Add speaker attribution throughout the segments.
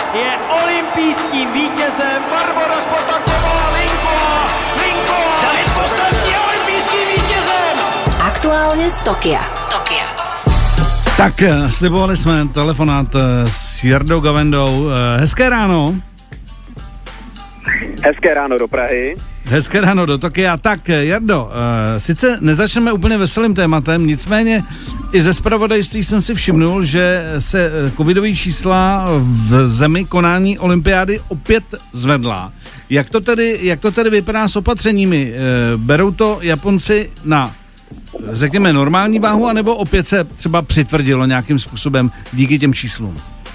Speaker 1: je olympijským vítězem. Barbora Spotaková, Linková, David Kostrovský je olympijským vítězem.
Speaker 2: Aktuálně z Tokia.
Speaker 3: Tak, slibovali jsme telefonát s Jardou Gavendou. Hezké ráno.
Speaker 4: Hezké ráno do Prahy.
Speaker 3: Hezké ráno do Tokia. Tak, Jardo, sice nezačneme úplně veselým tématem, nicméně i ze zpravodajství jsem si všimnul, že se covidový čísla v zemi konání olympiády opět zvedla. Jak to tedy vypadá s opatřeními? Berou to Japonci na, řekněme, normální váhu, anebo opět se třeba přitvrdilo nějakým způsobem díky těm číslům?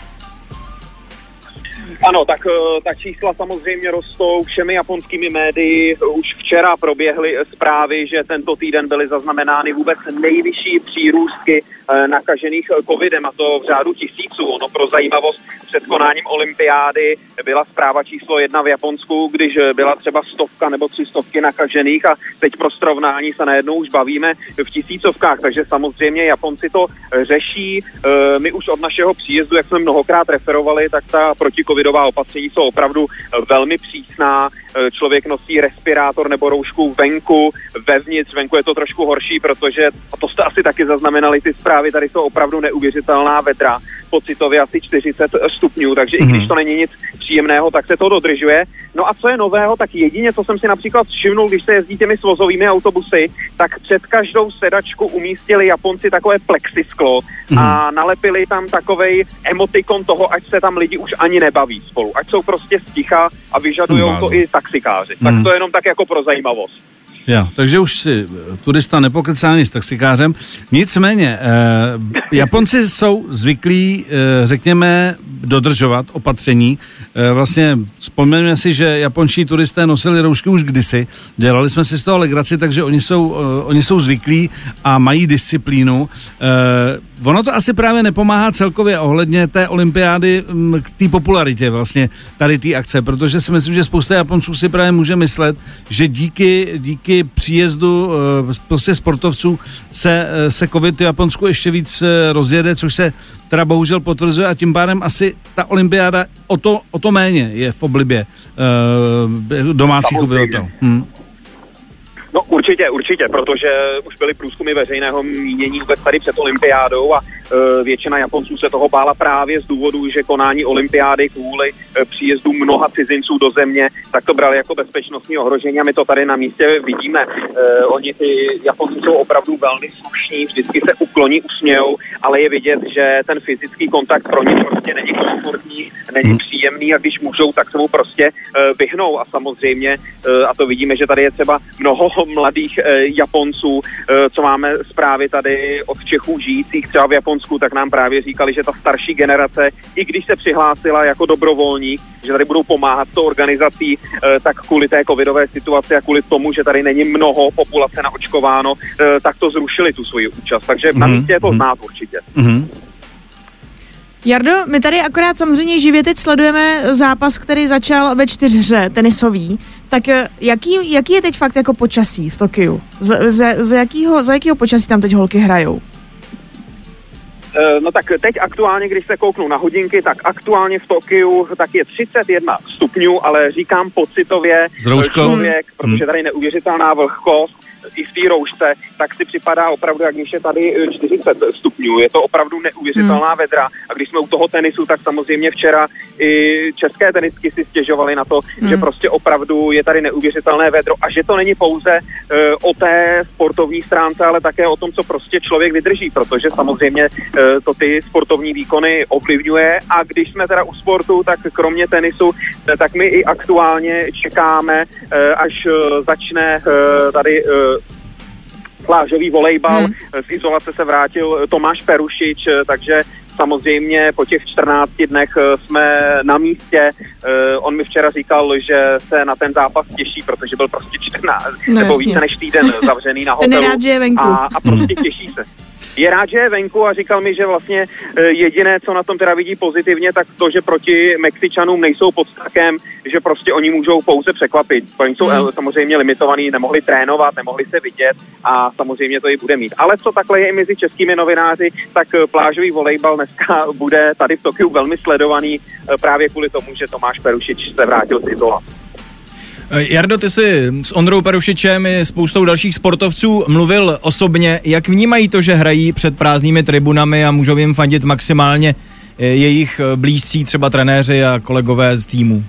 Speaker 4: Ano, tak ta čísla samozřejmě rostou všemi japonskými médii. Už včera proběhly zprávy, že tento týden byly zaznamenány vůbec nejvyšší přírůstky nakažených covidem, a to v řádu tisíců. Ono pro zajímavost, před konáním olympiády byla zpráva číslo 1 v Japonsku, když byla třeba 100 nebo 300 nakažených, a teď pro srovnání se najednou už bavíme v tisícovkách, takže samozřejmě Japonci to řeší. My už od našeho příjezdu, jak jsme mnohokrát referovali, tak ta protikovidová opatření jsou opravdu velmi přísná. Člověk nosí respirátor nebo roušku venku, vevnitř. Venku je to trošku horší, protože, a to jste asi taky zaznamenali, ty zprávy tady jsou opravdu neuvěřitelná vedra, pocitově asi 40 stupňů, takže i když to není nic příjemného, tak se to dodržuje. No a co je nového, tak jedině, co jsem si například všimnul, když se jezdí těmi svozovými autobusy, tak před každou sedačku umístili Japonci takové plexisklo a nalepili tam takovej emotikon toho, ať se tam lidi už ani nebaví spolu, ať jsou prostě sticha a vyžadujou to i taxikáři. Tak to jenom tak jako pro zajímavost.
Speaker 3: Jo, takže už si turista nepokecá ani s taxikářem. Nicméně, Japonci jsou zvyklí, řekněme, dodržovat opatření. Vlastně vzpomeňme si, že japonští turisté nosili roušky už kdysi. Dělali jsme si z toho legraci, takže oni jsou zvyklí a mají disciplínu. Ono to asi právě nepomáhá celkově ohledně té olympiády k té popularitě vlastně tady té akce, protože si myslím, že spousta Japonců si právě může myslet, že díky příjezdu prostě sportovců se covid v Japonsku ještě víc rozjede, což se teda bohužel potvrzuje, a tím pádem asi ta olympiáda o to méně je v oblibě domácích obyvatel.
Speaker 4: No určitě, protože už byly průzkumy veřejného mínění vůbec tady před olympiádou a většina Japonců se toho bála právě z důvodu, že konání olympiády kvůli příjezdu mnoha cizinců do země, tak to brali jako bezpečnostní ohrožení, a my to tady na místě vidíme. Oni ty Japonci jsou opravdu velmi slušní, vždycky se ukloní, usmějou, ale je vidět, že ten fyzický kontakt pro ně prostě není komfortní, není příjemný, a když můžou, tak se mu prostě vyhnou. A samozřejmě, a to vidíme, že tady je třeba mnoho mladých Japonců, co máme zprávy tady od Čechů žijících třeba v Japonsku, tak nám právě říkali, že ta starší generace, i když se přihlásila jako dobrovolník, že tady budou pomáhat s tou organizací, tak kvůli té covidové situaci a kvůli tomu, že tady není mnoho populace naočkováno, tak to zrušili tu svoji účast. Takže na místě je to znát určitě.
Speaker 5: Jardo, my tady akorát samozřejmě živě teď sledujeme zápas, který začal ve 4 tenisový. Tak jaký je teď fakt jako počasí v Tokiu? Za jakýho počasí tam teď holky hrajou?
Speaker 4: No tak teď aktuálně, když se kouknu na hodinky, tak aktuálně v Tokiu tak je 31 stupňů, ale říkám pocitově člověk, protože tady je neuvěřitelná vlhkost, i v té roušce, tak si připadá opravdu, jak když je tady 40 stupňů. Je to opravdu neuvěřitelná vedra. A když jsme u toho tenisu, tak samozřejmě včera i české tenistky si stěžovaly na to, že prostě opravdu je tady neuvěřitelné vedro a že to není pouze o té sportovní stránce, ale také o tom, co prostě člověk vydrží, protože samozřejmě to ty sportovní výkony ovlivňuje. A když jsme teda u sportu, tak kromě tenisu, tak my i aktuálně čekáme, až začne tady plážový volejbal. Z izolace se vrátil Tomáš Perušič, takže samozřejmě po těch 14 dnech jsme na místě. On mi včera říkal, že se na ten zápas těší, protože byl prostě 14 nebo více než týden zavřený na hotelu.
Speaker 5: Ten rád, že je venku.
Speaker 4: A prostě těší se. Je rád, že je venku a říkal mi, že vlastně jediné, co na tom teda vidí pozitivně, tak to, že proti Mexičanům nejsou pod tlakem, že prostě oni můžou pouze překvapit. Oni jsou samozřejmě limitovaní, nemohli trénovat, nemohli se vidět a samozřejmě to i bude mít. Ale co takhle je i mezi českými novináři, tak plážový volejbal dneska bude tady v Tokiu velmi sledovaný právě kvůli tomu, že Tomáš Perušič se vrátil z izolace.
Speaker 6: Jardo, ty jsi s Ondrou Perušičem i spoustou dalších sportovců mluvil osobně. Jak vnímají to, že hrají před prázdnými tribunami a můžou jim fandit maximálně jejich blízcí, třeba trenéři a kolegové z týmu?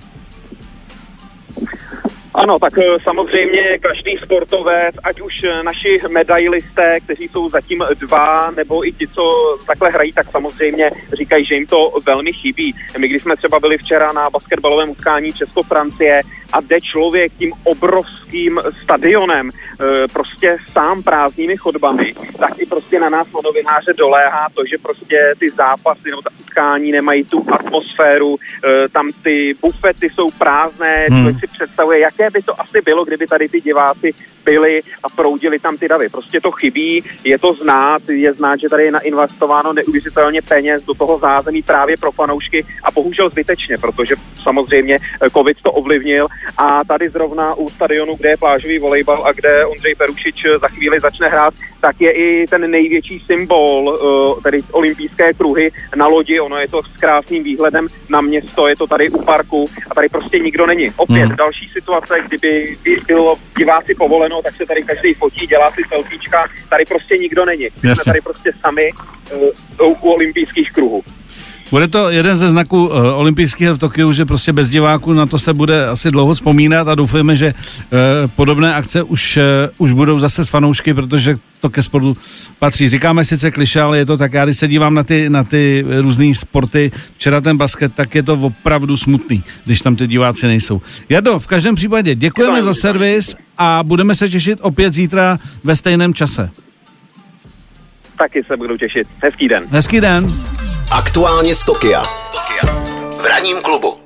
Speaker 4: Ano, tak samozřejmě každý sportovec, ať už naši medailisté, kteří jsou zatím 2, nebo i ti, co takhle hrají, tak samozřejmě říkají, že jim to velmi chybí. My, když jsme třeba byli včera na basketbalovém utkání Česko-Francie a jde člověk tím obrovským stadionem, prostě sám prázdnými chodbami, tak i prostě na nás novináře doléhá to, že prostě ty zápasy nebo ta utkání nemají tu atmosféru, tam ty bufety jsou prázdné, člověk si představuje, jaké by to asi bylo, kdyby tady ty diváci byli a proudili tam ty davy. Prostě to chybí, je to znát, že tady je nainvestováno neuvěřitelně peněz do toho zázemí právě pro fanoušky a bohužel zbytečně, protože samozřejmě covid to ovlivnil a tady zrovna u stadionu, kde je plážový volejbal a kde Ondřej Perušič za chvíli začne hrát, tak je i ten největší symbol, tedy olympijské kruhy na lodi, ono je to s krásným výhledem na město, je to tady u parku a tady prostě nikdo není. Opět další situace, kdyby bylo diváci povoleno, tak se tady každý fotí, dělá si selfiečka, tady prostě nikdo není. Jsme tady prostě sami u olympijských kruhů.
Speaker 3: Bude to jeden ze znaků olympijských v Tokiu, že prostě bez diváků na to se bude asi dlouho vzpomínat a doufujeme, že podobné akce už budou zase s fanoušky, protože to ke sportu patří. Říkáme sice klišé, ale je to tak. Já když se dívám na ty různý sporty, včera ten basket, tak je to opravdu smutný, když tam ty diváci nejsou. Jardo, v každém případě děkujeme za servis a budeme se těšit opět zítra ve stejném čase.
Speaker 4: Taky se budu těšit. Hezký den.
Speaker 3: Hezký den.
Speaker 7: Aktuálně z Tokia. V ranním klubu.